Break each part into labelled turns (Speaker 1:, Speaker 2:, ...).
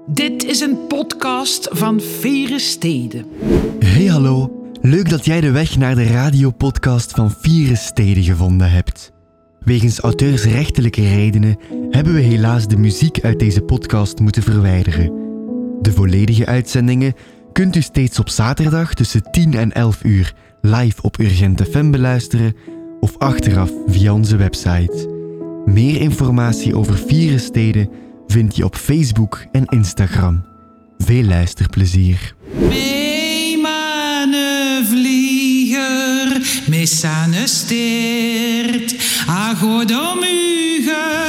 Speaker 1: Dit is een podcast van Vieren Steden.
Speaker 2: Hey hallo, leuk dat jij de weg naar de radiopodcast van Vieren Steden gevonden hebt. Wegens auteursrechtelijke redenen hebben we helaas de muziek uit deze podcast moeten verwijderen. De volledige uitzendingen kunt u steeds op zaterdag tussen 10 en 11 uur live op Urgent FM beluisteren of achteraf via onze website. Meer informatie over Vieren Steden vind je op Facebook en Instagram. Veel luisterplezier.
Speaker 1: Vlieger, missane steert, agodomuge.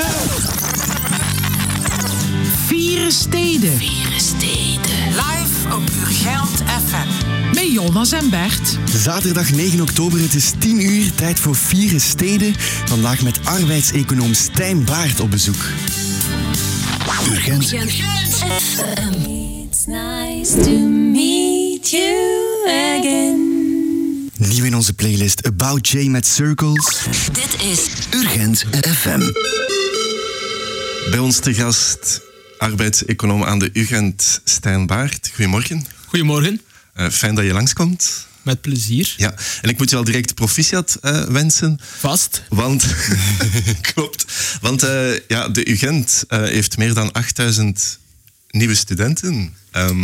Speaker 1: Vieren Steden.
Speaker 3: Live op Urgent FM.
Speaker 1: Met Jonas en Bert.
Speaker 2: Zaterdag 9 oktober, het is 10 uur, tijd voor Vieren Steden. Vandaag met arbeidseconoom Stijn Baert op bezoek. Urgent
Speaker 4: FM. It's nice to meet you again.
Speaker 2: Nieuw in onze playlist About J met Circles.
Speaker 4: Dit is
Speaker 2: Urgent FM.
Speaker 5: Bij ons te gast arbeidseconoom aan de Urgent, Stijn Baert. Goedemorgen.
Speaker 6: Goedemorgen.
Speaker 5: Fijn dat je langskomt.
Speaker 6: Met plezier.
Speaker 5: Ja, en ik moet je al direct proficiat wensen.
Speaker 6: Vast.
Speaker 5: Want, klopt. Want de Urgent heeft meer dan 8000 nieuwe studenten.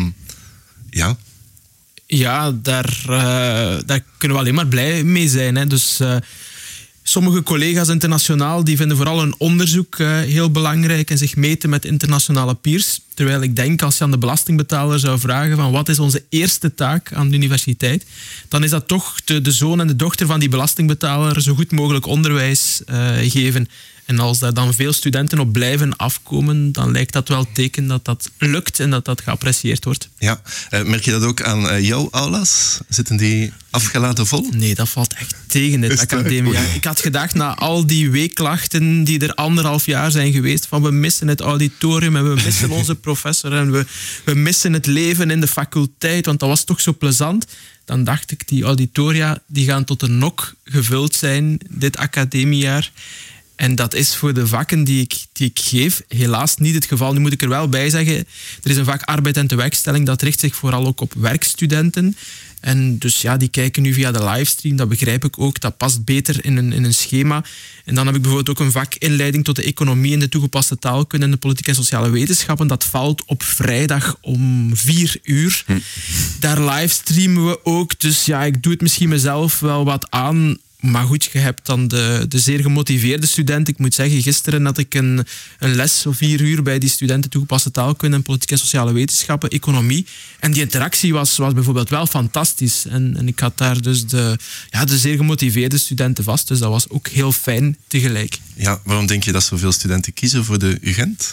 Speaker 6: Ja, daar kunnen we alleen maar blij mee zijn. Hè. Dus sommige collega's internationaal die vinden vooral een onderzoek heel belangrijk en zich meten met internationale peers. Terwijl ik denk, als je aan de belastingbetaler zou vragen van wat is onze eerste taak aan de universiteit, dan is dat toch de zoon en de dochter van die belastingbetaler zo goed mogelijk onderwijs geven. En als daar dan veel studenten op blijven afkomen, dan lijkt dat wel teken dat dat lukt en dat dat geapprecieerd wordt.
Speaker 5: Ja, merk je dat ook aan jouw aulas? Zitten die afgeladen vol?
Speaker 6: Nee, dat valt echt tegen dit academiejaar. Ik had gedacht, na al die weeklachten die er 1,5 jaar zijn geweest, van we missen het auditorium en we missen onze professor en we missen het leven in de faculteit, want dat was toch zo plezant. Dan dacht ik, die auditoria die gaan tot de nok gevuld zijn dit academiejaar. En dat is voor de vakken die ik geef helaas niet het geval. Nu moet ik er wel bij zeggen, er is een vak arbeid en tewerkstelling, dat richt zich vooral ook op werkstudenten. En dus ja, die kijken nu via de livestream, dat begrijp ik ook. Dat past beter in een schema. En dan heb ik bijvoorbeeld ook een vak inleiding tot de economie en de toegepaste taalkunde en de politieke en sociale wetenschappen. Dat valt op vrijdag om 4 uur. Daar livestreamen we ook. Dus ja, ik doe het misschien mezelf wel wat aan. Maar goed, je hebt dan de zeer gemotiveerde student. Ik moet zeggen, gisteren had ik een les of 4 uur bij die studenten toegepaste taalkunde en politieke en sociale wetenschappen, economie. En die interactie was bijvoorbeeld wel fantastisch. En ik had daar dus de zeer gemotiveerde studenten vast. Dus dat was ook heel fijn tegelijk.
Speaker 5: Ja, waarom denk je dat zoveel studenten kiezen voor de Urgent?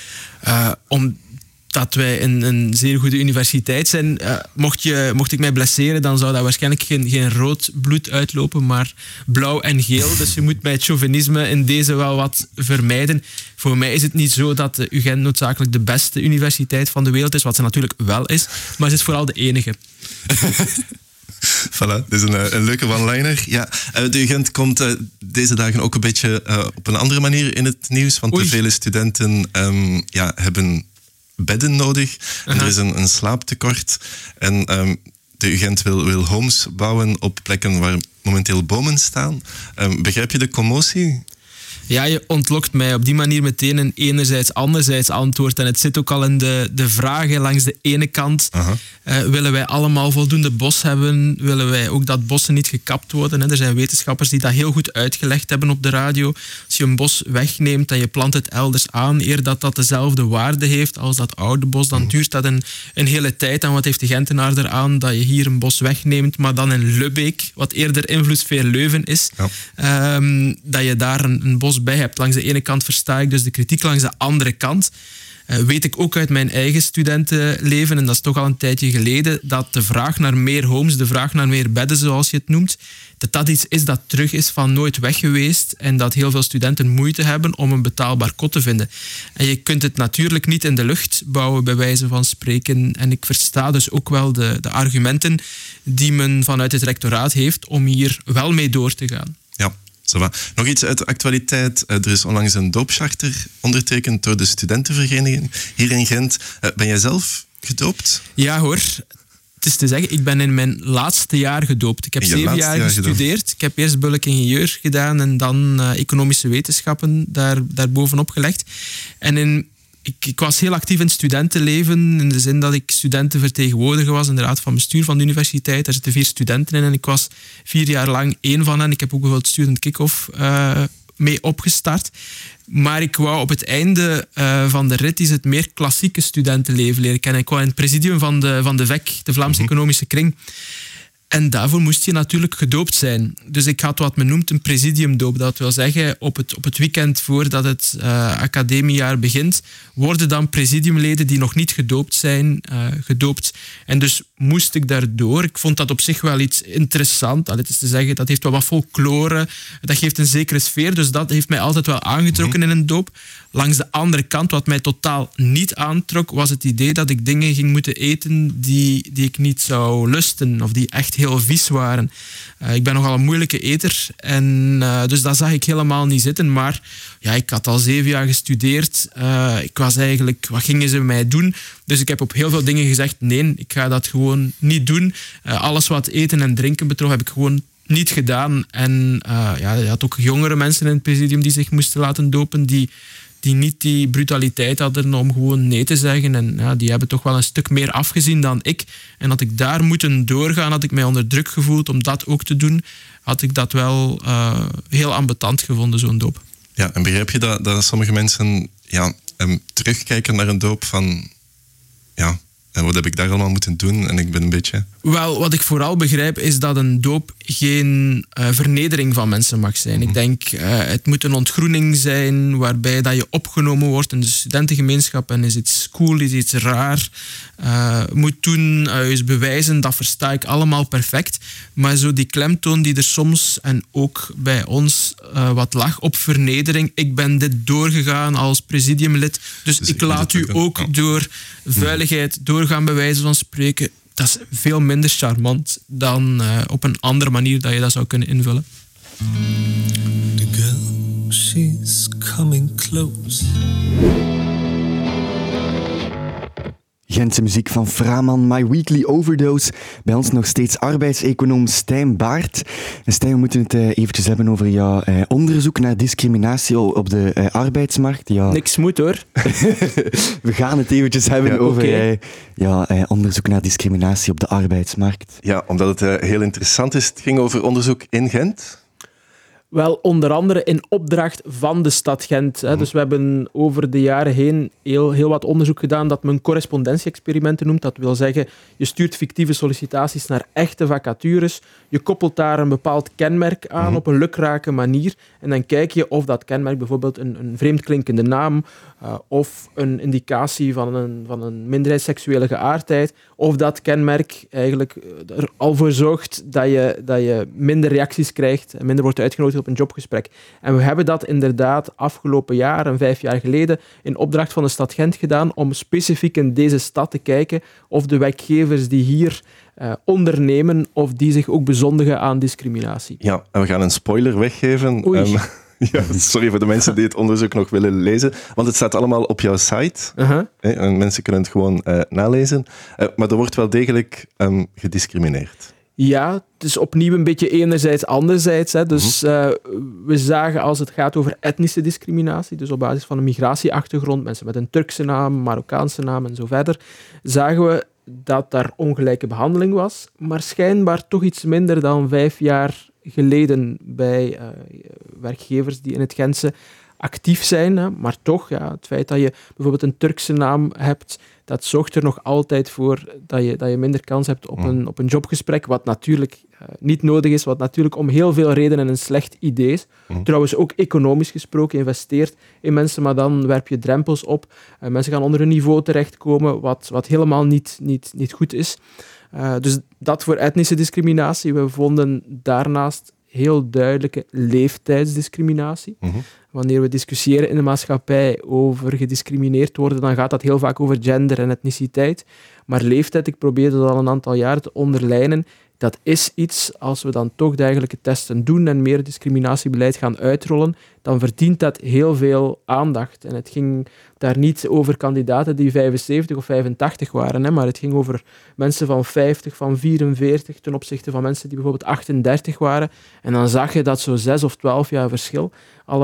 Speaker 6: Dat wij een zeer goede universiteit zijn. Mocht ik mij blesseren, dan zou dat waarschijnlijk geen rood bloed uitlopen, maar blauw en geel. Dus je moet bij het chauvinisme in deze wel wat vermijden. Voor mij is het niet zo dat de UGent noodzakelijk de beste universiteit van de wereld is, wat ze natuurlijk wel is, maar ze is vooral de enige.
Speaker 5: Voilà, dit is een leuke one-liner. Ja, de Urgent komt deze dagen ook een beetje op een andere manier in het nieuws, want te vele studenten hebben bedden nodig. En er is een slaaptekort. En de Urgent wil homes bouwen op plekken waar momenteel bomen staan. Begrijp je de commotie?
Speaker 6: Ja, je ontlokt mij op die manier meteen een enerzijds-anderzijds antwoord. En het zit ook al in de vragen. Langs de ene kant willen wij allemaal voldoende bos hebben. Willen wij ook dat bossen niet gekapt worden. Er zijn wetenschappers die dat heel goed uitgelegd hebben op de radio. Als je een bos wegneemt en je plant het elders aan, eer dat dezelfde waarde heeft als dat oude bos, dan duurt dat een hele tijd. En wat heeft de Gentenaar eraan dat je hier een bos wegneemt, maar dan in Lubbeek, wat eerder invloedssfeer Leuven is, dat je daar een bos bij hebt. Langs de ene kant versta ik dus de kritiek, langs de andere kant weet ik ook uit mijn eigen studentenleven, en dat is toch al een tijdje geleden, dat de vraag naar meer homes, de vraag naar meer bedden, zoals je het noemt, dat iets is dat terug is van nooit weg geweest en dat heel veel studenten moeite hebben om een betaalbaar kot te vinden. En je kunt het natuurlijk niet in de lucht bouwen, bij wijze van spreken. En ik versta dus ook wel de argumenten die men vanuit het rectoraat heeft om hier wel mee door te gaan.
Speaker 5: Ja. Ça va. Nog iets uit de actualiteit. Er is onlangs een doopcharter ondertekend door de studentenvereniging hier in Gent. Ben jij zelf gedoopt?
Speaker 6: Ja hoor. Het is te zeggen, ik ben in mijn laatste jaar gedoopt. Ik heb 7 jaar gestudeerd. Ik heb eerst bulk-ingenieur gedaan en dan economische wetenschappen daar bovenop gelegd. En ik was heel actief in het studentenleven, in de zin dat ik studentenvertegenwoordiger was in de raad van bestuur van de universiteit. Daar zitten 4 studenten in en ik was 4 jaar lang één van hen. Ik heb ook bijvoorbeeld Student Kick-Off mee opgestart. Maar ik wou op het einde van de rit is het meer klassieke studentenleven leren kennen. Ik wou in het presidium van de VEC, de Vlaamse Economische Kring. En daarvoor moest je natuurlijk gedoopt zijn. Dus ik had wat men noemt een presidiumdoop. Dat wil zeggen, op het weekend voordat het academiejaar begint, worden dan presidiumleden die nog niet gedoopt zijn, gedoopt. En dus moest ik daardoor. Ik vond dat op zich wel iets interessant. Het is te zeggen, dat heeft wel wat folklore. Dat geeft een zekere sfeer. Dus dat heeft mij altijd wel aangetrokken in een doop. Langs de andere kant, wat mij totaal niet aantrok, was het idee dat ik dingen ging moeten eten die ik niet zou lusten. Of die echt heel vies waren. Ik ben nogal een moeilijke eter. En dus dat zag ik helemaal niet zitten. Maar ja, ik had al 7 jaar gestudeerd. Ik was eigenlijk, wat gingen ze mij doen? Dus ik heb op heel veel dingen gezegd, nee, ik ga dat gewoon niet doen. Alles wat eten en drinken betrof, heb ik gewoon niet gedaan. En je had ook jongere mensen in het presidium die zich moesten laten dopen, die niet die brutaliteit hadden om gewoon nee te zeggen. En die hebben toch wel een stuk meer afgezien dan ik. En had ik daar moeten doorgaan, had ik mij onder druk gevoeld om dat ook te doen, had ik dat wel heel ambetant gevonden, zo'n doop.
Speaker 5: Ja, en begrijp je dat sommige mensen terugkijken naar een doop van... Ja, en wat heb ik daar allemaal moeten doen? En ik ben een beetje...
Speaker 6: Wel, wat ik vooral begrijp is dat een doop geen vernedering van mensen mag zijn. Ik denk, het moet een ontgroening zijn waarbij dat je opgenomen wordt in de studentengemeenschap en is iets cool, is iets raar. Moet doen, eens bewijzen, dat versta ik allemaal perfect. Maar zo die klemtoon die er soms, en ook bij ons, wat lag op vernedering. Ik ben dit doorgegaan als presidiumlid, dus ik laat u ook door vuiligheid doorgaan, bij wijze van spreken. Dat is veel minder charmant dan op een andere manier dat je dat zou kunnen invullen.
Speaker 7: The girl, she's coming close.
Speaker 2: Gentse muziek van Framan, My Weekly Overdose. Bij ons nog steeds arbeidseconoom Stijn Baert. En Stijn, we moeten het eventjes hebben over jouw onderzoek naar discriminatie op de arbeidsmarkt.
Speaker 6: Niks moet hoor.
Speaker 2: We gaan het eventjes hebben over jouw onderzoek naar discriminatie op de arbeidsmarkt.
Speaker 5: Ja, omdat het heel interessant is. Het ging over onderzoek in Gent.
Speaker 8: Wel, onder andere in opdracht van de stad Gent. Dus we hebben over de jaren heen heel wat onderzoek gedaan dat men correspondенtie-experimenten noemt. Dat wil zeggen, je stuurt fictieve sollicitaties naar echte vacatures. Je koppelt daar een bepaald kenmerk aan op een lukrake manier. En dan kijk je of dat kenmerk bijvoorbeeld een vreemdklinkende naam of een indicatie van een minderheidsseksuele geaardheid, of dat kenmerk eigenlijk er al voor zorgt dat je minder reacties krijgt en minder wordt uitgenodigd op een jobgesprek. En we hebben dat inderdaad afgelopen jaar, 5 jaar geleden, in opdracht van de stad Gent gedaan om specifiek in deze stad te kijken of de werkgevers die hier ondernemen, of die zich ook bezondigen aan discriminatie.
Speaker 5: Ja, en we gaan een spoiler weggeven. Ja, sorry voor de mensen die het onderzoek nog willen lezen, want het staat allemaal op jouw site. En mensen kunnen het gewoon nalezen. Maar er wordt wel degelijk gediscrimineerd.
Speaker 8: Ja, het is opnieuw een beetje enerzijds, anderzijds. Dus we zagen, als het gaat over etnische discriminatie, dus op basis van een migratieachtergrond, mensen met een Turkse naam, Marokkaanse naam en zo verder, zagen we dat daar ongelijke behandeling was, maar schijnbaar toch iets minder dan 5 jaar geleden bij werkgevers die in het Gentse actief zijn. Maar toch, het feit dat je bijvoorbeeld een Turkse naam hebt, dat zorgt er nog altijd voor dat je minder kans hebt op een jobgesprek, wat natuurlijk niet nodig is, wat natuurlijk om heel veel redenen een slecht idee is. Trouwens, ook economisch gesproken, investeert in mensen, maar dan werp je drempels op. Mensen gaan onder hun niveau terechtkomen, wat helemaal niet goed is. Dus dat voor etnische discriminatie. We vonden daarnaast heel duidelijke leeftijdsdiscriminatie. Wanneer we discussiëren in de maatschappij over gediscrimineerd worden, dan gaat dat heel vaak over gender en etniciteit. Maar leeftijd, ik probeerde dat al een aantal jaren te onderlijnen, dat is iets, als we dan toch dergelijke testen doen en meer discriminatiebeleid gaan uitrollen, dan verdient dat heel veel aandacht. En het ging daar niet over kandidaten die 75 of 85 waren, hè, maar het ging over mensen van 50, van 44, ten opzichte van mensen die bijvoorbeeld 38 waren. En dan zag je dat zo'n 6 of 12 jaar verschil al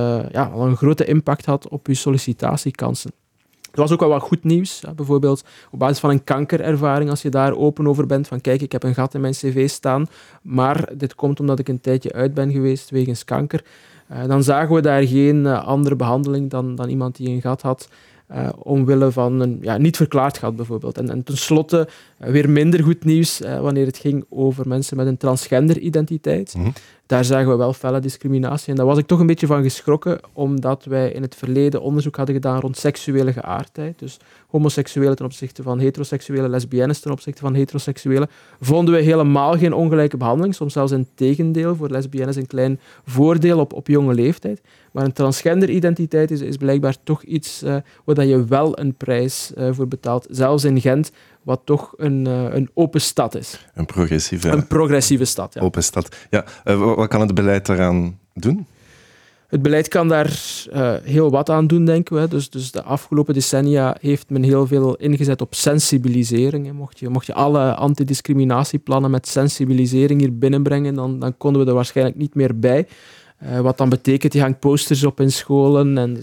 Speaker 8: een grote impact had op je sollicitatiekansen. Er was ook wel wat goed nieuws. Ja, bijvoorbeeld op basis van een kankerervaring, als je daar open over bent, van kijk, ik heb een gat in mijn cv staan, maar dit komt omdat ik een tijdje uit ben geweest wegens kanker. Dan zagen we daar geen andere behandeling dan iemand die een gat had, omwille van een niet verklaard gat bijvoorbeeld. En tenslotte weer minder goed nieuws wanneer het ging over mensen met een transgender identiteit. Mm-hmm. Daar zagen we wel felle discriminatie. En daar was ik toch een beetje van geschrokken, omdat wij in het verleden onderzoek hadden gedaan rond seksuele geaardheid. Dus homoseksuelen ten opzichte van heteroseksuelen, lesbiennes ten opzichte van heteroseksuelen. Vonden we helemaal geen ongelijke behandeling, soms zelfs in tegendeel. Voor lesbiennes een klein voordeel op jonge leeftijd. Maar een transgender identiteit is blijkbaar toch iets waar je wel een prijs voor betaalt. Zelfs in Gent, wat toch een open stad is.
Speaker 5: Een
Speaker 8: progressieve stad, ja.
Speaker 5: Open stad. Ja, wat kan het beleid daaraan doen?
Speaker 8: Het beleid kan daar heel wat aan doen, denken we. Dus de afgelopen decennia heeft men heel veel ingezet op sensibilisering. Mocht je alle antidiscriminatieplannen met sensibilisering hier binnenbrengen, dan konden we er waarschijnlijk niet meer bij. Wat dan betekent, je hangt posters op in scholen en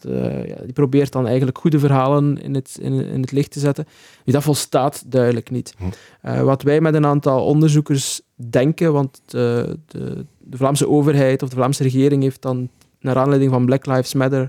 Speaker 8: die probeert dan eigenlijk goede verhalen in het licht te zetten. Dat volstaat duidelijk niet. Wat wij met een aantal onderzoekers denken, want de Vlaamse overheid of de Vlaamse regering heeft dan naar aanleiding van Black Lives Matter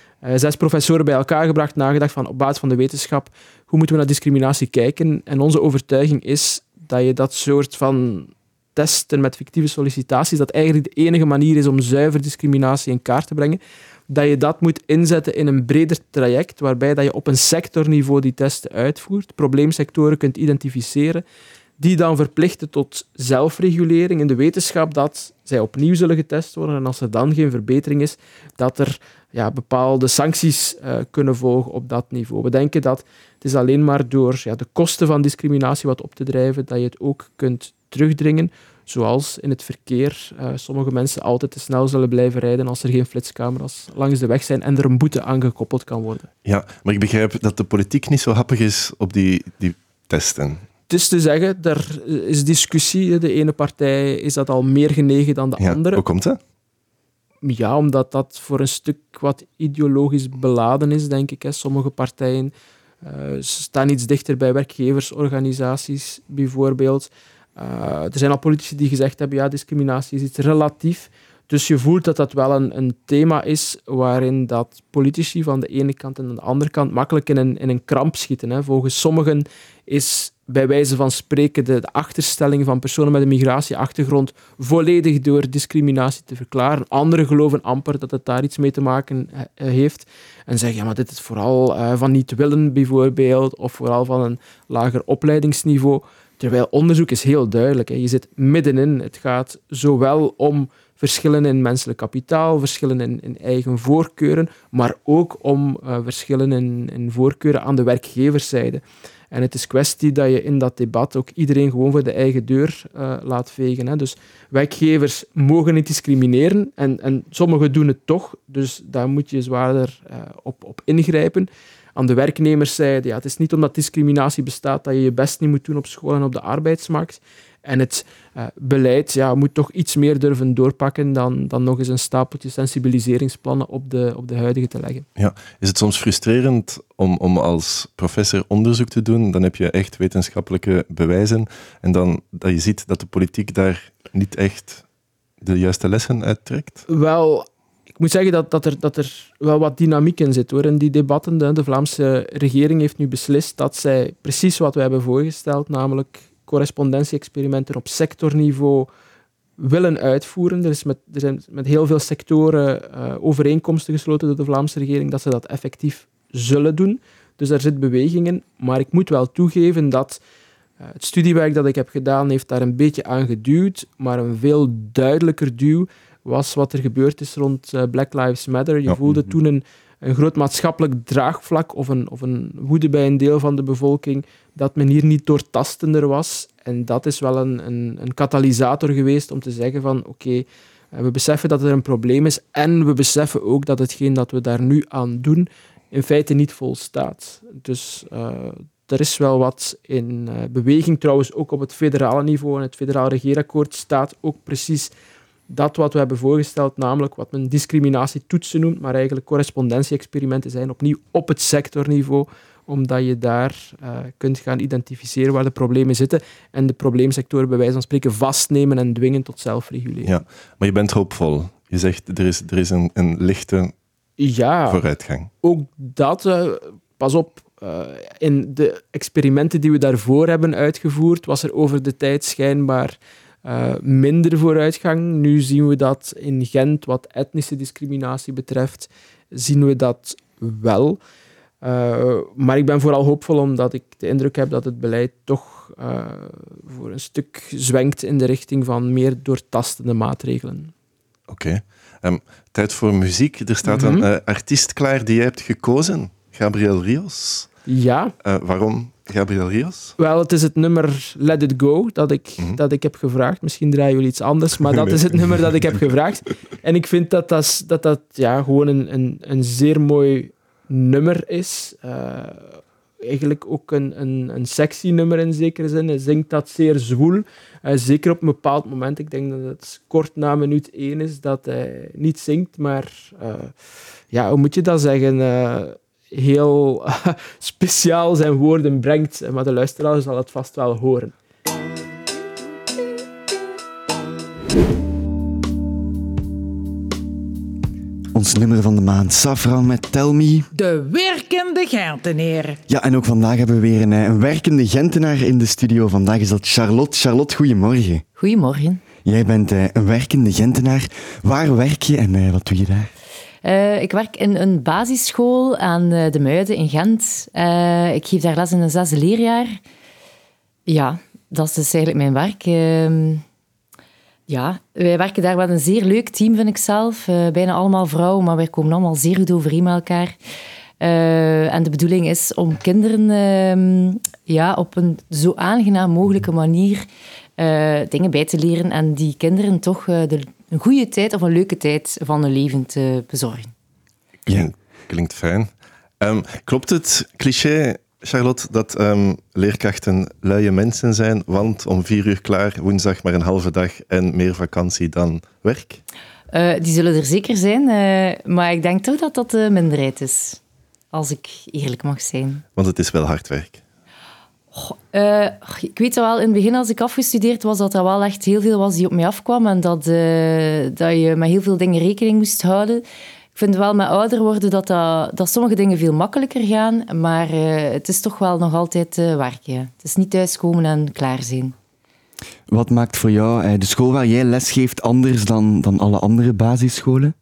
Speaker 8: 6 professoren bij elkaar gebracht, nagedacht van op basis van de wetenschap, hoe moeten we naar discriminatie kijken? En onze overtuiging is dat je dat soort van testen met fictieve sollicitaties, dat eigenlijk de enige manier is om zuiver discriminatie in kaart te brengen, dat je dat moet inzetten in een breder traject, waarbij dat je op een sectorniveau die testen uitvoert, probleemsectoren kunt identificeren, die dan verplichten tot zelfregulering in de wetenschap dat zij opnieuw zullen getest worden en als er dan geen verbetering is, dat er bepaalde sancties kunnen volgen op dat niveau. We denken dat het is alleen maar door de kosten van discriminatie wat op te drijven, dat je het ook kunt terugdringen, zoals in het verkeer sommige mensen altijd te snel zullen blijven rijden als er geen flitscamera's langs de weg zijn en er een boete aan gekoppeld kan worden.
Speaker 5: Ja, maar ik begrijp dat de politiek niet zo happig is op die testen.
Speaker 8: Het is te zeggen, er is discussie. De ene partij is dat al meer genegen dan de andere.
Speaker 5: Hoe komt dat?
Speaker 8: Ja, omdat dat voor een stuk wat ideologisch beladen is, denk ik. Sommige partijen staan iets dichter bij werkgeversorganisaties, bijvoorbeeld. Er zijn al politici die gezegd hebben, discriminatie is iets relatief. Dus je voelt dat dat wel een thema is waarin dat politici van de ene kant en aan de andere kant makkelijk in een kramp schieten. Volgens sommigen is bij wijze van spreken de achterstelling van personen met een migratieachtergrond volledig door discriminatie te verklaren. Anderen geloven amper dat het daar iets mee te maken heeft en zeggen, maar dit is vooral van niet willen bijvoorbeeld, of vooral van een lager opleidingsniveau. Terwijl onderzoek is heel duidelijk. Je zit middenin. Het gaat zowel om verschillen in menselijk kapitaal, verschillen in eigen voorkeuren, maar ook om verschillen in voorkeuren aan de werkgeverszijde. En het is kwestie dat je in dat debat ook iedereen gewoon voor de eigen deur laat vegen. Dus werkgevers mogen niet discrimineren en sommigen doen het toch, dus daar moet je zwaarder op ingrijpen. Aan de werknemerszijde, het is niet omdat discriminatie bestaat dat je je best niet moet doen op school en op de arbeidsmarkt. En het beleid moet toch iets meer durven doorpakken dan nog eens een stapeltje sensibiliseringsplannen op de huidige te leggen.
Speaker 5: Ja. Is het soms frustrerend om als professor onderzoek te doen? Dan heb je echt wetenschappelijke bewijzen en dan dat je ziet dat de politiek daar niet echt de juiste lessen uittrekt?
Speaker 8: Wel, ik moet zeggen dat er wel wat dynamiek in zit, hoor. In die debatten, de Vlaamse regering heeft nu beslist dat zij precies wat we hebben voorgesteld, namelijk correspondенtie-experimenten op sectorniveau willen uitvoeren. Er zijn met heel veel sectoren overeenkomsten gesloten door de Vlaamse regering dat ze dat effectief zullen doen. Dus daar zit beweging in. Maar ik moet wel toegeven dat het studiewerk dat ik heb gedaan heeft daar een beetje aan geduwd, maar een veel duidelijker duw was wat er gebeurd is rond Black Lives Matter. Je voelde toen een groot maatschappelijk draagvlak of een woede bij een deel van de bevolking dat men hier niet doortastender was. En dat is wel een katalysator geweest om te zeggen van oké, we beseffen dat er een probleem is en we beseffen ook dat hetgeen dat we daar nu aan doen in feite niet volstaat. Dus er is wel wat in beweging. Trouwens, ook op het federale niveau en het federaal regeerakkoord staat ook precies dat wat we hebben voorgesteld, namelijk wat men discriminatietoetsen noemt, maar eigenlijk correspondentie-experimenten zijn, opnieuw op het sectorniveau, omdat je daar kunt gaan identificeren waar de problemen zitten en de probleemsectoren bij wijze van spreken vastnemen en dwingen tot zelfregulering.
Speaker 5: Ja, maar je bent hoopvol. Je zegt, er is een lichte vooruitgang.
Speaker 8: Ook dat, pas op, in de experimenten die we daarvoor hebben uitgevoerd, was er over de tijd schijnbaar minder vooruitgang. Nu zien we dat in Gent, wat etnische discriminatie betreft, zien we dat wel. Maar ik ben vooral hoopvol omdat ik de indruk heb dat het beleid toch voor een stuk zwenkt in de richting van meer doortastende maatregelen.
Speaker 5: Oké. Tijd voor muziek. Er staat een artiest klaar die jij hebt gekozen. Gabriel Rios.
Speaker 8: Ja.
Speaker 5: Waarom Gabriel Rios?
Speaker 8: Wel, het is het nummer Let It Go dat ik heb gevraagd. Misschien draaien jullie iets anders, maar dat is het nummer dat ik heb gevraagd. En ik vind dat gewoon een zeer mooi nummer is. Eigenlijk ook een sexy nummer in zekere zin. Hij zingt dat zeer zwoel. Zeker op een bepaald moment. Ik denk dat het kort na minuut 1 is dat hij niet zingt, maar hoe moet je dat zeggen? Heel speciaal zijn woorden brengt. Maar de luisteraar zal het vast wel horen.
Speaker 2: Ons nummer van de maand, Safran met Tell Me.
Speaker 1: De werkende Gentenaar.
Speaker 2: Ja, en ook vandaag hebben we weer een werkende Gentenaar in de studio. Vandaag is dat Charlotte. Charlotte, goedemorgen.
Speaker 9: Goedemorgen.
Speaker 2: Jij bent een werkende Gentenaar. Waar werk je en wat doe je daar?
Speaker 9: Ik werk in een basisschool aan de Muiden in Gent. Ik geef daar les in een 6e leerjaar. Ja, dat is dus eigenlijk mijn werk. Wij werken daar met een zeer leuk team, vind ik zelf. Bijna allemaal vrouwen, maar wij komen allemaal zeer goed overeen met elkaar. En de bedoeling is om kinderen op een zo aangenaam mogelijke manier dingen bij te leren en die kinderen toch een goede tijd of een leuke tijd van hun leven te bezorgen.
Speaker 5: Klinkt fijn. Klopt het cliché, Charlotte, dat leerkrachten luie mensen zijn, want om 4 uur klaar, woensdag maar een halve dag en meer vakantie dan werk?
Speaker 9: Die zullen er zeker zijn, maar ik denk toch dat dat de minderheid is, als ik eerlijk mag zijn.
Speaker 5: Want het is wel hard werk.
Speaker 9: Ik weet wel, in het begin als ik afgestudeerd was, dat wel echt heel veel was die op mij afkwam en dat je met heel veel dingen rekening moest houden. Ik vind wel met ouder worden dat sommige dingen veel makkelijker gaan, maar het is toch wel nog altijd werk. Ja. Het is niet thuiskomen en klaar zijn.
Speaker 2: Wat maakt voor jou de school waar jij lesgeeft anders dan alle andere basisscholen?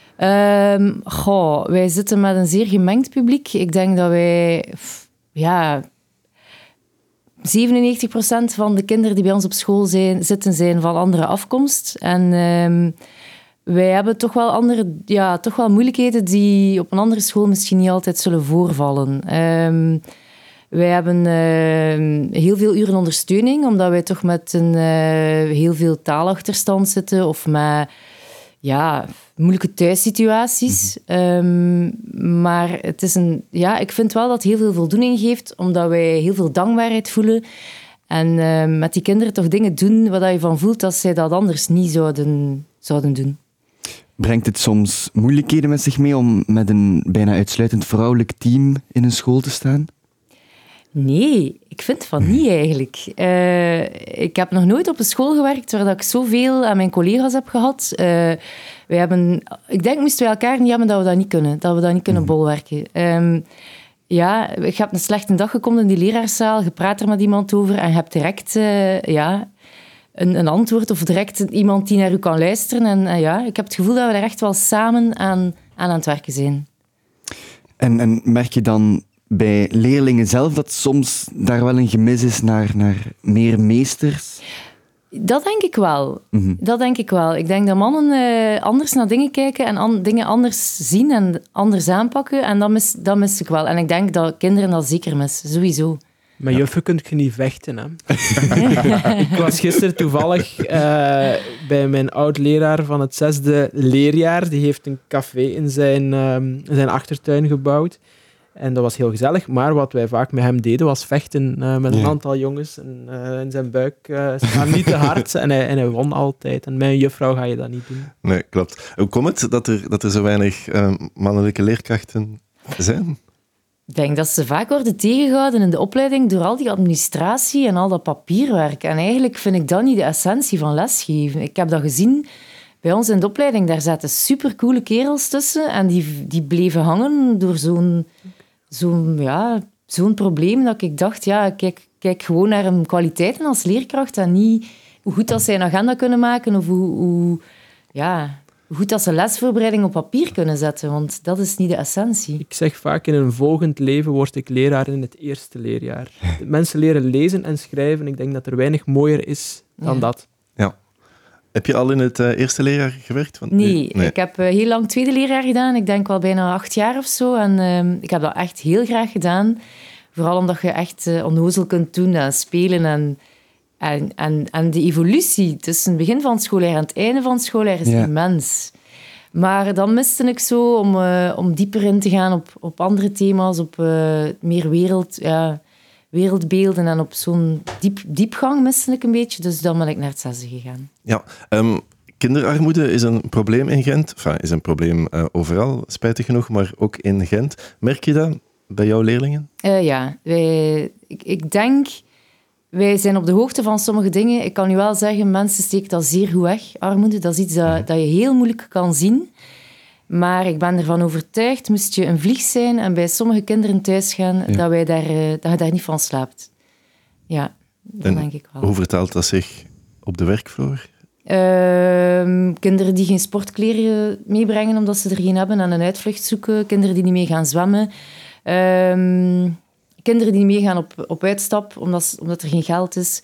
Speaker 9: Wij zitten met een zeer gemengd publiek. Ik denk dat wij... 97% van de kinderen die bij ons op school zitten zijn van andere afkomst. En wij hebben toch wel moeilijkheden die op een andere school misschien niet altijd zullen voorvallen. Wij hebben heel veel uren ondersteuning, omdat wij toch met heel veel taalachterstand zitten of met moeilijke thuissituaties. Maar het is ik vind wel dat het heel veel voldoening geeft, omdat wij heel veel dankbaarheid voelen. En met die kinderen toch dingen doen waar je van voelt dat zij dat anders niet zouden doen.
Speaker 2: Brengt het soms moeilijkheden met zich mee om met een bijna uitsluitend vrouwelijk team in een school te staan?
Speaker 9: Nee, ik vind van niet eigenlijk. Ik heb nog nooit op een school gewerkt waar ik zoveel aan mijn collega's heb gehad. Ik denk, moesten we elkaar niet hebben, dat we dat niet kunnen bolwerken. Ik heb een slechte dag gekomen in die leraarszaal, je praat er met iemand over en je hebt direct een antwoord of direct iemand die naar u kan luisteren. En ik heb het gevoel dat we daar echt wel samen aan het werken zijn.
Speaker 2: En merk je dan bij leerlingen zelf dat soms daar wel een gemis is naar meer meesters?
Speaker 9: Dat denk ik wel. Dat denk ik wel. Ik denk dat mannen anders naar dingen kijken en dingen anders zien en anders aanpakken. En dat mis ik wel. En ik denk dat kinderen dat zeker missen, sowieso.
Speaker 8: Met juffen kun je niet vechten, hè. Ik was gisteren toevallig bij mijn oud-leraar van het 6e leerjaar. Die heeft een café in zijn achtertuin gebouwd. En dat was heel gezellig. Maar wat wij vaak met hem deden, was vechten met een aantal jongens. En in zijn buik staan niet te hard. En hij won altijd. En met een juffrouw ga je dat niet doen.
Speaker 5: Nee, klopt. Hoe komt het dat er zo weinig mannelijke leerkrachten zijn?
Speaker 9: Ik denk dat ze vaak worden tegengehouden in de opleiding door al die administratie en al dat papierwerk. En eigenlijk vind ik dat niet de essentie van lesgeven. Ik heb dat gezien bij ons in de opleiding. Daar zaten supercoole kerels tussen en die bleven hangen door zo'n probleem dat ik dacht, kijk gewoon naar hun kwaliteiten als leerkracht en niet hoe goed dat zij een agenda kunnen maken of hoe goed dat ze lesvoorbereiding op papier kunnen zetten, want dat is niet de essentie.
Speaker 8: Ik zeg vaak, in een volgend leven word ik leraar in het eerste leerjaar. Mensen leren lezen en schrijven. Ik denk dat er weinig mooier is dan dat.
Speaker 5: Ja. Heb je al in het eerste leerjaar gewerkt? Want
Speaker 9: nee, ik heb heel lang tweede leerjaar gedaan. Ik denk wel bijna 8 jaar of zo. En ik heb dat echt heel graag gedaan. Vooral omdat je echt onnozel kunt doen en spelen en de evolutie tussen het begin van het schooljaar en het einde van het schooljaar is immens. Maar dan miste ik zo om dieper in te gaan op andere thema's, op meer wereldbeelden en op zo'n diepgang miste ik een beetje. Dus dan ben ik naar het 6e gegaan. Ja,
Speaker 5: kinderarmoede is een probleem in Gent. Enfin, is een probleem overal, spijtig genoeg, maar ook in Gent. Merk je dat bij jouw leerlingen?
Speaker 9: Ik denk... Wij zijn op de hoogte van sommige dingen. Ik kan u wel zeggen, mensen steken dat zeer goed weg, armoede. Dat is iets dat je heel moeilijk kan zien. Maar ik ben ervan overtuigd, moest je een vlieg zijn en bij sommige kinderen thuis gaan, dat je daar niet van slaapt. Ja, dat denk ik wel.
Speaker 5: Hoe vertaalt dat zich op de werkvloer?
Speaker 9: Kinderen die geen sportkleren meebrengen omdat ze er geen hebben en een uitvlucht zoeken. Kinderen die niet mee gaan zwemmen. Kinderen die niet meegaan op uitstap, omdat er geen geld is.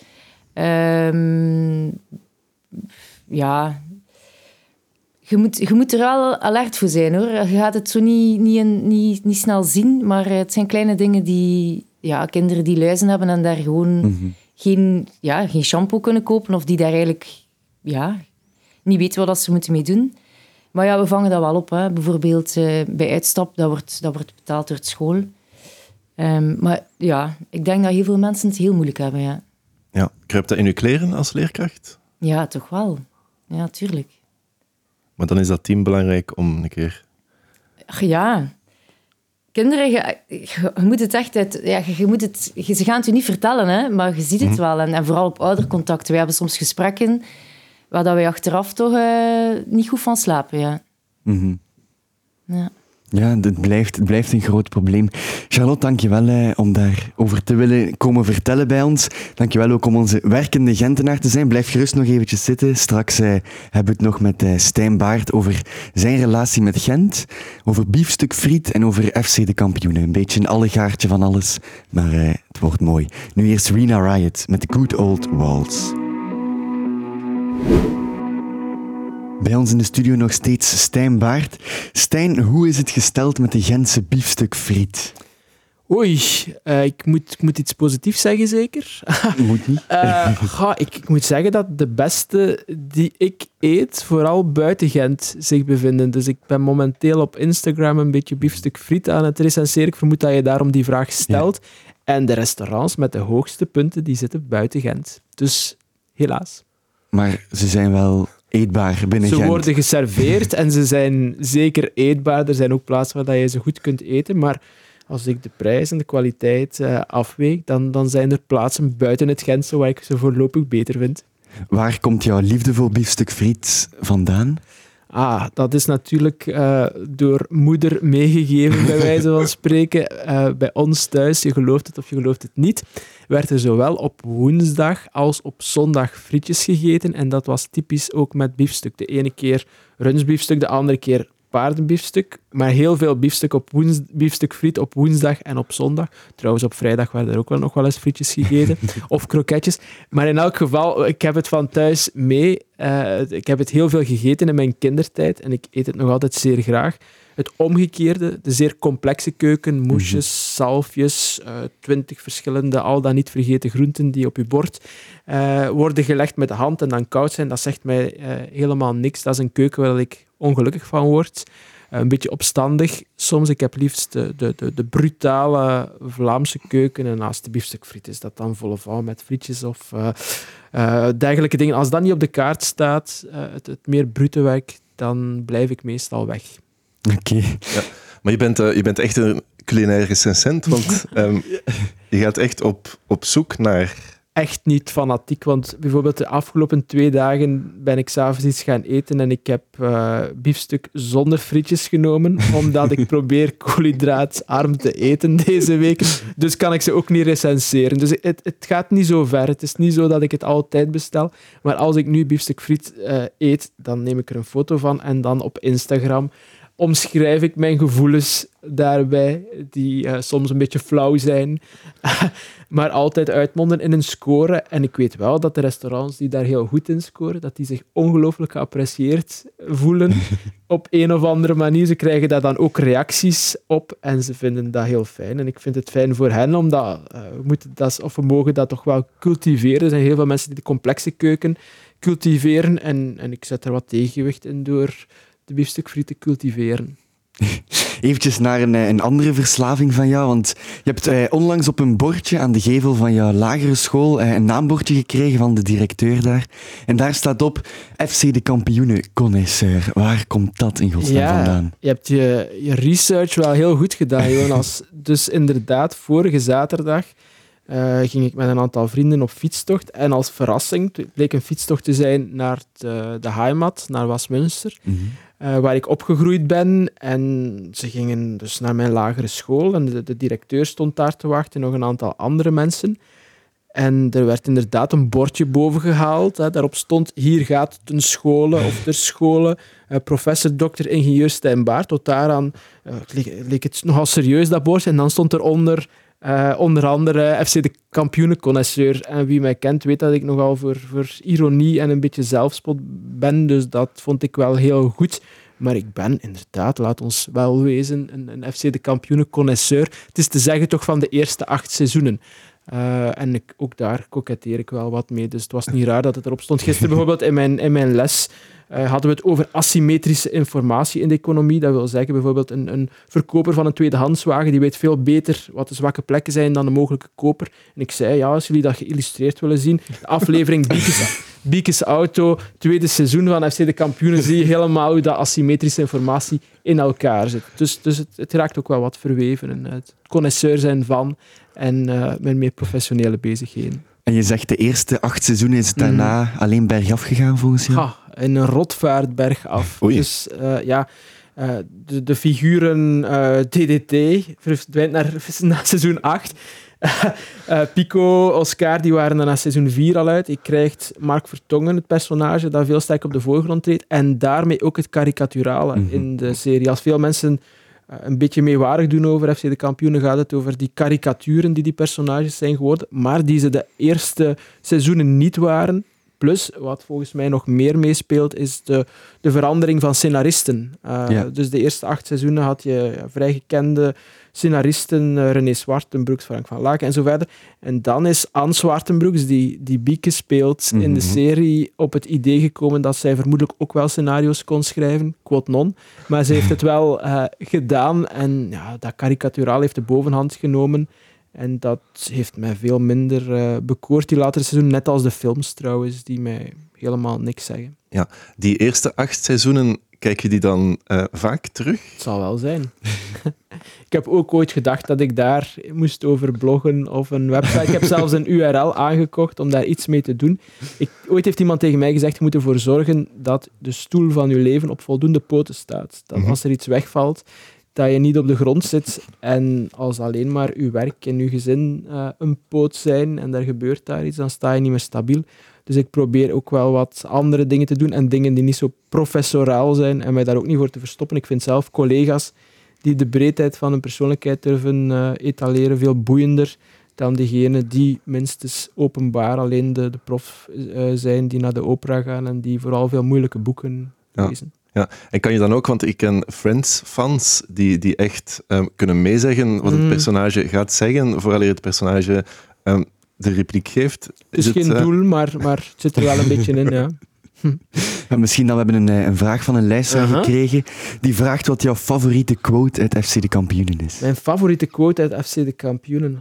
Speaker 9: Je moet er wel alert voor zijn, hoor. Je gaat het zo niet snel zien, maar het zijn kleine dingen die... Ja, kinderen die luizen hebben en daar gewoon geen shampoo kunnen kopen of die daar eigenlijk niet weten wat ze moeten mee doen. Maar ja, we vangen dat wel op. Hè. Bijvoorbeeld bij uitstap, dat wordt betaald door de school. Maar ja, ik denk dat heel veel mensen het heel moeilijk hebben, ja.
Speaker 5: Ja, kruipt dat in uw kleren als leerkracht?
Speaker 9: Ja, toch wel. Ja, tuurlijk.
Speaker 5: Maar dan is dat team belangrijk om een keer...
Speaker 9: Ja. Kinderen, je moet het echt uit... Ja, ze gaan het je niet vertellen, hè, maar je ziet het wel. En vooral op oudercontacten. We hebben soms gesprekken waar wij achteraf toch niet goed van slapen, ja. Ja.
Speaker 2: Ja, het blijft een groot probleem. Charlotte, dank je wel om daarover te willen komen vertellen bij ons. Dank je wel ook om onze werkende Gentenaar te zijn. Blijf gerust nog eventjes zitten. Straks hebben we het nog met Stijn Baert over zijn relatie met Gent, over biefstuk friet en over FC de Kampioenen. Een beetje een allegaartje van alles, maar het wordt mooi. Nu eerst Rena Riot met The Good Old Waltz. Bij ons in de studio nog steeds Stijn Baert. Stijn, hoe is het gesteld met de Gentse biefstukfriet?
Speaker 8: Oei, ik moet iets positiefs zeggen, zeker?
Speaker 2: Moet niet.
Speaker 8: Ik moet zeggen dat de beste die ik eet, vooral buiten Gent, zich bevinden. Dus ik ben momenteel op Instagram een beetje biefstukfriet aan het recenseren. Ik vermoed dat je daarom die vraag stelt. Ja. En de restaurants met de hoogste punten, die zitten buiten Gent. Dus helaas.
Speaker 2: Maar ze zijn wel... eetbaar binnen Gent.
Speaker 8: Ze worden geserveerd en ze zijn zeker eetbaar. Er zijn ook plaatsen waar je ze goed kunt eten, maar als ik de prijs en de kwaliteit afweeg, dan zijn er plaatsen buiten het Gentse waar ik ze voorlopig beter vind.
Speaker 2: Waar komt jouw liefde voor biefstukfriet vandaan?
Speaker 8: Dat is natuurlijk door moeder meegegeven, bij wijze van spreken. Bij ons thuis, je gelooft het of je gelooft het niet, werd er zowel op woensdag als op zondag frietjes gegeten. En dat was typisch ook met biefstuk. De ene keer rundbiefstuk, de andere keer paardenbiefstuk, maar heel veel biefstukfriet op woensdag en op zondag. Trouwens, op vrijdag werden er ook wel nog wel eens frietjes gegeten. Of kroketjes. Maar in elk geval, ik heb het van thuis mee. Ik heb het heel veel gegeten in mijn kindertijd en ik eet het nog altijd zeer graag. Het omgekeerde, de zeer complexe keuken, moesjes, zalfjes, 20 verschillende, al dan niet vergeten groenten die op je bord worden gelegd met de hand en dan koud zijn, dat zegt mij helemaal niks. Dat is een keuken waar ik ongelukkig van word. Een beetje opstandig. Soms, ik heb liefst de brutale Vlaamse keuken en naast de biefstukfriet is dat dan volle vouw met frietjes of dergelijke dingen. Als dat niet op de kaart staat, het meer brute werk, dan blijf ik meestal weg.
Speaker 2: Oké.
Speaker 5: Ja. Maar je bent echt een culinair recensent, want je gaat echt op zoek naar...
Speaker 8: Echt niet fanatiek, want bijvoorbeeld de afgelopen 2 dagen ben ik 's avonds iets gaan eten en ik heb biefstuk zonder frietjes genomen, omdat ik probeer koolhydraatarm te eten deze week. Dus kan ik ze ook niet recenseren. Dus het gaat niet zo ver. Het is niet zo dat ik het altijd bestel. Maar als ik nu biefstuk friet eet, dan neem ik er een foto van en dan op Instagram omschrijf ik mijn gevoelens daarbij, die soms een beetje flauw zijn, maar altijd uitmonden in een score. En ik weet wel dat de restaurants die daar heel goed in scoren, dat die zich ongelooflijk geapprecieerd voelen op een of andere manier. Ze krijgen daar dan ook reacties op en ze vinden dat heel fijn. En ik vind het fijn voor hen, omdat we mogen dat toch wel cultiveren. Er zijn heel veel mensen die de complexe keuken cultiveren en ik zet er wat tegenwicht in door de biefstukfriet te cultiveren.
Speaker 2: Eventjes naar een andere verslaving van jou, want je hebt onlangs op een bordje aan de gevel van jouw lagere school een naambordje gekregen van de directeur daar. En daar staat op FC de Kampioenenconnoisseur. Waar komt dat in godsnaam vandaan?
Speaker 8: Je hebt je research wel heel goed gedaan, Jonas. Dus inderdaad, vorige zaterdag ging ik met een aantal vrienden op fietstocht. En als verrassing, het bleek een fietstocht te zijn naar de heimat, naar Westminster. Waar ik opgegroeid ben. En ze gingen dus naar mijn lagere school. En de directeur stond daar te wachten, nog een aantal andere mensen. En er werd inderdaad een bordje boven gehaald. Daarop stond, hier gaat ten schole of ter schole. Professor, dokter, ingenieur Stijn Baart. Tot daaraan leek het nogal serieus, dat bordje. En dan stond er onder andere FC de Kampioenenconnoisseur. En wie mij kent, weet dat ik nogal voor ironie en een beetje zelfspot ben. Dus dat vond ik wel heel goed. Maar ik ben inderdaad, laat ons wel wezen, een FC de Kampioenenconnoisseur. Het is te zeggen toch van de eerste 8 seizoenen. En ook daar koketteer ik wel wat mee. Dus het was niet raar dat het erop stond. Gisteren bijvoorbeeld in mijn les hadden we het over asymmetrische informatie in de economie. Dat wil zeggen bijvoorbeeld een verkoper van een tweedehandswagen die weet veel beter wat de zwakke plekken zijn dan de mogelijke koper. En ik zei, ja, als jullie dat geïllustreerd willen zien, de aflevering Biekes Auto, 2e seizoen van FC de Kampioenen, zie je helemaal hoe dat asymmetrische informatie in elkaar zit. Dus het raakt ook wel wat verweven. Het connoisseur zijn van en mijn meer professionele bezigheden.
Speaker 2: En je zegt de eerste 8 seizoenen is het daarna alleen bergaf gegaan volgens jou?
Speaker 8: In een rotvaart bergaf.
Speaker 5: Oei.
Speaker 8: Dus de figuren DDT verdwijnt na seizoen 8. Pico, Oscar, die waren er na seizoen 4 al uit. Je krijgt Mark Vertongen, het personage, dat veel sterk op de voorgrond treedt. En daarmee ook het karikaturale in de serie. Als veel mensen een beetje meewarig doen over FC de Kampioenen, gaat het over die karikaturen die personages zijn geworden, maar die ze de eerste seizoenen niet waren. Plus, wat volgens mij nog meer meespeelt, is de verandering van scenaristen. Dus de eerste 8 seizoenen had je vrij gekende scenaristen, René Zwartenbroeks, Frank van Laken en zo verder. En dan is Anne Zwartenbroeks, die Bieke speelt in de serie, op het idee gekomen dat zij vermoedelijk ook wel scenario's kon schrijven, quote non. Maar ze heeft het wel gedaan en dat karikaturaal heeft de bovenhand genomen. En dat heeft mij veel minder bekoord, die latere seizoen. Net als de films trouwens, die mij helemaal niks zeggen.
Speaker 5: Ja, die eerste 8 seizoenen, kijk je die dan vaak terug?
Speaker 8: Het zal wel zijn. Ik heb ook ooit gedacht dat ik daar moest over bloggen of een website. Ik heb zelfs een URL aangekocht om daar iets mee te doen. Ooit heeft iemand tegen mij gezegd, je moet ervoor zorgen dat de stoel van je leven op voldoende poten staat. Dat als er iets wegvalt, dat je niet op de grond zit en als alleen maar je werk en je gezin een poot zijn en er gebeurt daar iets, dan sta je niet meer stabiel. Dus ik probeer ook wel wat andere dingen te doen en dingen die niet zo professoraal zijn en mij daar ook niet voor te verstoppen. Ik vind zelf collega's die de breedheid van hun persoonlijkheid durven etaleren veel boeiender dan degene die minstens openbaar alleen de prof zijn die naar de opera gaan en die vooral veel moeilijke boeken lezen.
Speaker 5: Ja, en kan je dan ook, want ik ken Friends-fans die echt kunnen meezeggen wat het personage gaat zeggen, vooraleer het personage de repliek geeft.
Speaker 8: Het is geen doel, maar het zit er wel een beetje in, ja.
Speaker 2: Ja, misschien dan, we hebben een vraag van een luisteraar gekregen. Die vraagt wat jouw favoriete quote uit FC de Kampioenen is.
Speaker 8: Mijn favoriete quote uit FC de Kampioenen?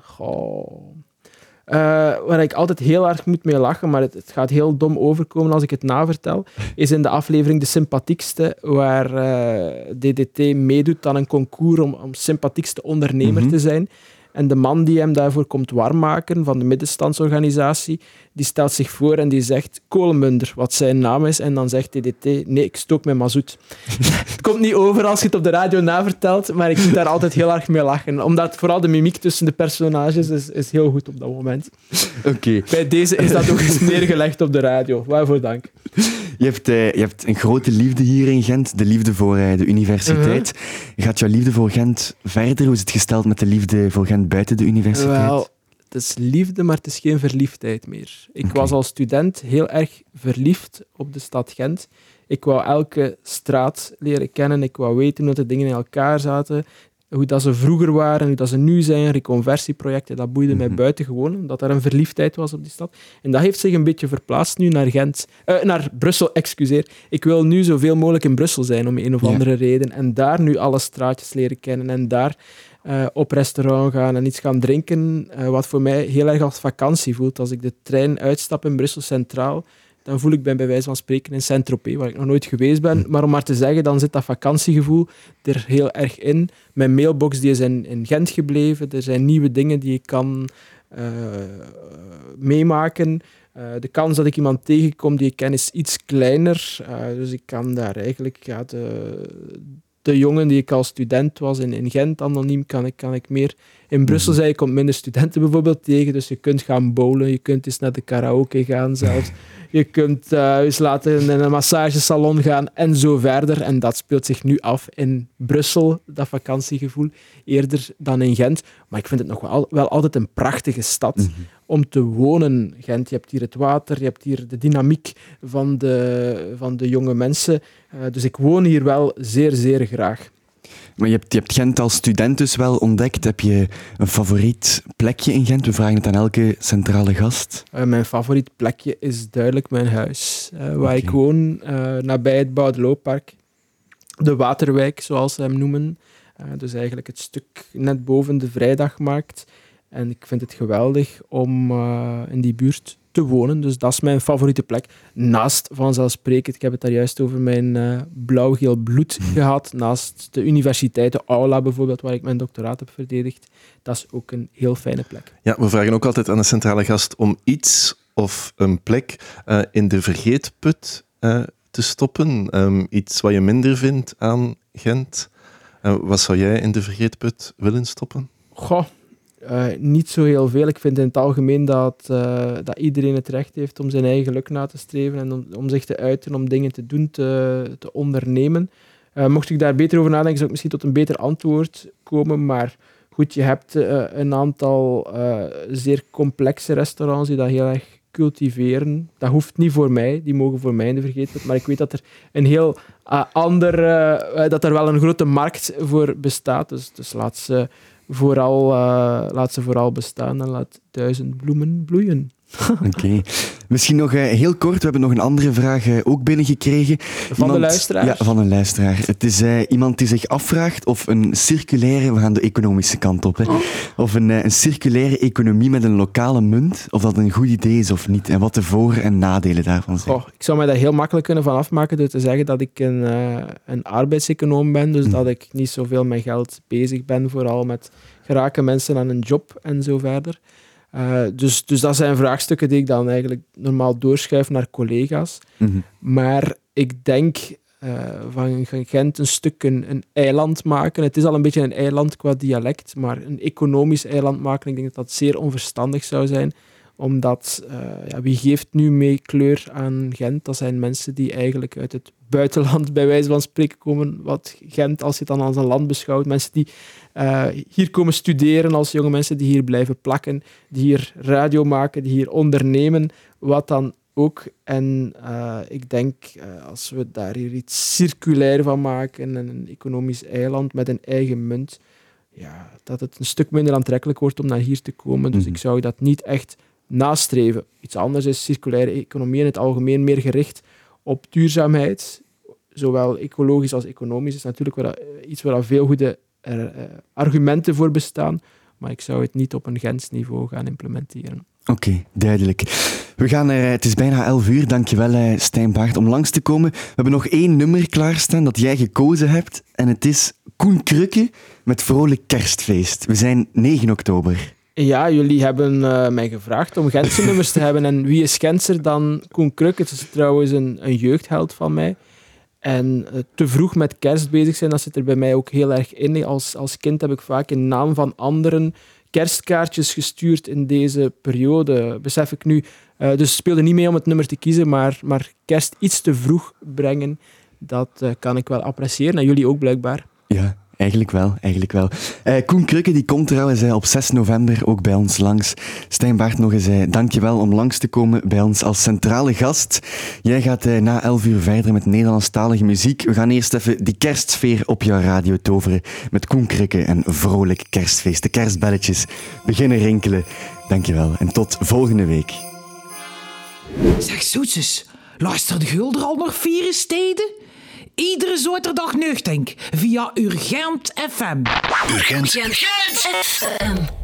Speaker 8: Waar ik altijd heel erg moet mee lachen, maar het gaat heel dom overkomen als ik het navertel, is in de aflevering De Sympathiekste, waar DDT meedoet aan een concours om sympathiekste ondernemer te zijn. En de man die hem daarvoor komt warmmaken van de middenstandsorganisatie, die stelt zich voor en die zegt Kolenmunder, wat zijn naam is. En dan zegt DDT, nee, ik stook met mazoet. Het komt niet over als je het op de radio navertelt, maar ik moet daar altijd heel erg mee lachen. Omdat vooral de mimiek tussen de personages is heel goed op dat moment.
Speaker 2: Oké.
Speaker 8: Bij deze is dat ook eens neergelegd op de radio. Waarvoor dank.
Speaker 2: Je hebt een grote liefde hier in Gent, de liefde voor de universiteit. Gaat jouw liefde voor Gent verder? Hoe is het gesteld met de liefde voor Gent buiten de universiteit?
Speaker 8: Wel, het is liefde, maar het is geen verliefdheid meer. Ik was als student heel erg verliefd op de stad Gent. Ik wou elke straat leren kennen. Ik wou weten hoe de dingen in elkaar zaten. Hoe dat ze vroeger waren, hoe dat ze nu zijn, reconversieprojecten, dat boeide mij buitengewoon, omdat er een verliefdheid was op die stad. En dat heeft zich een beetje verplaatst nu naar Brussel, excuseer. Ik wil nu zoveel mogelijk in Brussel zijn, om een of andere reden. En daar nu alle straatjes leren kennen en daar op restaurant gaan en iets gaan drinken, wat voor mij heel erg als vakantie voelt. Als ik de trein uitstap in Brussel Centraal, dan voel ik bij wijze van spreken in Saint-Tropez, waar ik nog nooit geweest ben. Maar om maar te zeggen, dan zit dat vakantiegevoel er heel erg in. Mijn mailbox die is in Gent gebleven. Er zijn nieuwe dingen die ik kan meemaken. De kans dat ik iemand tegenkom die ik ken is iets kleiner. Dus ik kan daar eigenlijk... Ja, de jongen die ik als student was in Gent, anoniem, kan ik meer... In Brussel zei je komt minder studenten bijvoorbeeld tegen, dus je kunt gaan bowlen, je kunt eens naar de karaoke gaan zelfs. Je kunt eens laten in een massagesalon gaan en zo verder. En dat speelt zich nu af in Brussel, dat vakantiegevoel, eerder dan in Gent. Maar ik vind het nog wel altijd een prachtige stad om te wonen, Gent. Je hebt hier het water, je hebt hier de dynamiek van de jonge mensen. Dus ik woon hier wel zeer, zeer graag.
Speaker 2: Maar je hebt Gent als student dus wel ontdekt. Heb je een favoriet plekje in Gent? We vragen het aan elke centrale gast.
Speaker 8: Mijn favoriet plekje is duidelijk mijn huis. Waar ik woon, nabij het Boudelooppark. De Waterwijk, zoals ze hem noemen. Dus eigenlijk het stuk net boven de Vrijdagmarkt. En ik vind het geweldig om in die buurt te wonen. Dus dat is mijn favoriete plek. Naast, vanzelfsprekend, ik heb het daar juist over mijn blauw-geel bloed gehad. Naast de universiteit, de aula bijvoorbeeld, waar ik mijn doctoraat heb verdedigd. Dat is ook een heel fijne plek.
Speaker 5: Ja, we vragen ook altijd aan de centrale gast om iets of een plek in de vergeetput te stoppen. Iets wat je minder vindt aan Gent. Wat zou jij in de vergeetput willen stoppen?
Speaker 8: Goh. Niet zo heel veel. Ik vind in het algemeen dat iedereen het recht heeft om zijn eigen geluk na te streven en om zich te uiten, om dingen te doen, te ondernemen. Mocht ik daar beter over nadenken, zou ik misschien tot een beter antwoord komen. Maar goed, je hebt een aantal zeer complexe restaurants die dat heel erg cultiveren. Dat hoeft niet voor mij, die mogen voor mij in de vergeetput. Maar ik weet dat er een heel dat er wel een grote markt voor bestaat. Dus laat ze vooral bestaan en laat 1000 bloemen bloeien.
Speaker 2: Oké. Misschien nog heel kort, we hebben nog een andere vraag ook binnengekregen.
Speaker 8: Van de luisteraar?
Speaker 2: Ja, van een luisteraar. Het is iemand die zich afvraagt of een circulaire, we gaan de economische kant op, of een circulaire economie met een lokale munt, of dat een goed idee is of niet, en wat de voor- en nadelen daarvan zijn.
Speaker 8: Ik zou mij daar heel makkelijk kunnen van afmaken door te zeggen dat ik een arbeidseconoom ben, dus dat ik niet zoveel met geld bezig ben, vooral met geraken mensen aan een job en zo verder. Dus dat zijn vraagstukken die ik dan eigenlijk normaal doorschuif naar collega's. Maar ik denk van Gent een stuk een eiland maken. Het is al een beetje een eiland qua dialect, maar een economisch eiland maken, ik denk dat dat zeer onverstandig zou zijn, Omdat, wie geeft nu mee kleur aan Gent? Dat zijn mensen die eigenlijk uit het buitenland, bij wijze van spreken, komen. Wat Gent, als je het dan als een land beschouwt. Mensen die hier komen studeren als jonge mensen, die hier blijven plakken, die hier radio maken, die hier ondernemen. Wat dan ook. En ik denk, als we daar hier iets circulair van maken, een economisch eiland met een eigen munt, dat het een stuk minder aantrekkelijk wordt om naar hier te komen. Dus ik zou dat niet echt nastreven. Iets anders is circulaire economie in het algemeen meer gericht op duurzaamheid. Zowel ecologisch als economisch is natuurlijk iets waar veel goede argumenten voor bestaan. Maar ik zou het niet op een Gents niveau gaan implementeren.
Speaker 2: Oké, duidelijk. We gaan het is bijna 11 uur. Dankjewel, Stijn Baert, om langs te komen. We hebben nog 1 nummer klaarstaan dat jij gekozen hebt. En het is Koen Krukke met Vrolijk Kerstfeest. We zijn 9 oktober.
Speaker 8: Ja, jullie hebben mij gevraagd om Gentse nummers te hebben. En wie is Gentser dan Koen Krukke? Het is trouwens een jeugdheld van mij. En te vroeg met kerst bezig zijn, dat zit er bij mij ook heel erg in. Als kind heb ik vaak in naam van anderen kerstkaartjes gestuurd in deze periode, besef ik nu. Dus het speelde niet mee om het nummer te kiezen, maar kerst iets te vroeg brengen, dat kan ik wel appreciëren. En jullie ook blijkbaar.
Speaker 2: Ja, eigenlijk wel. Koen Krukke die komt trouwens op 6 november ook bij ons langs. Stijn Baert, nog eens dankjewel om langs te komen bij ons als centrale gast. Jij gaat na 11 uur verder met Nederlandstalige muziek. We gaan eerst even die kerstsfeer op jouw radio toveren met Koen Krukke en Vrolijk Kerstfeest. De kerstbelletjes beginnen rinkelen. Dankjewel en tot volgende week.
Speaker 1: Zeg zoetjes, luister de Gulder al nog 4 steden? Iedere zaterdag nuchtink via Urgent FM.
Speaker 4: Urgent FM.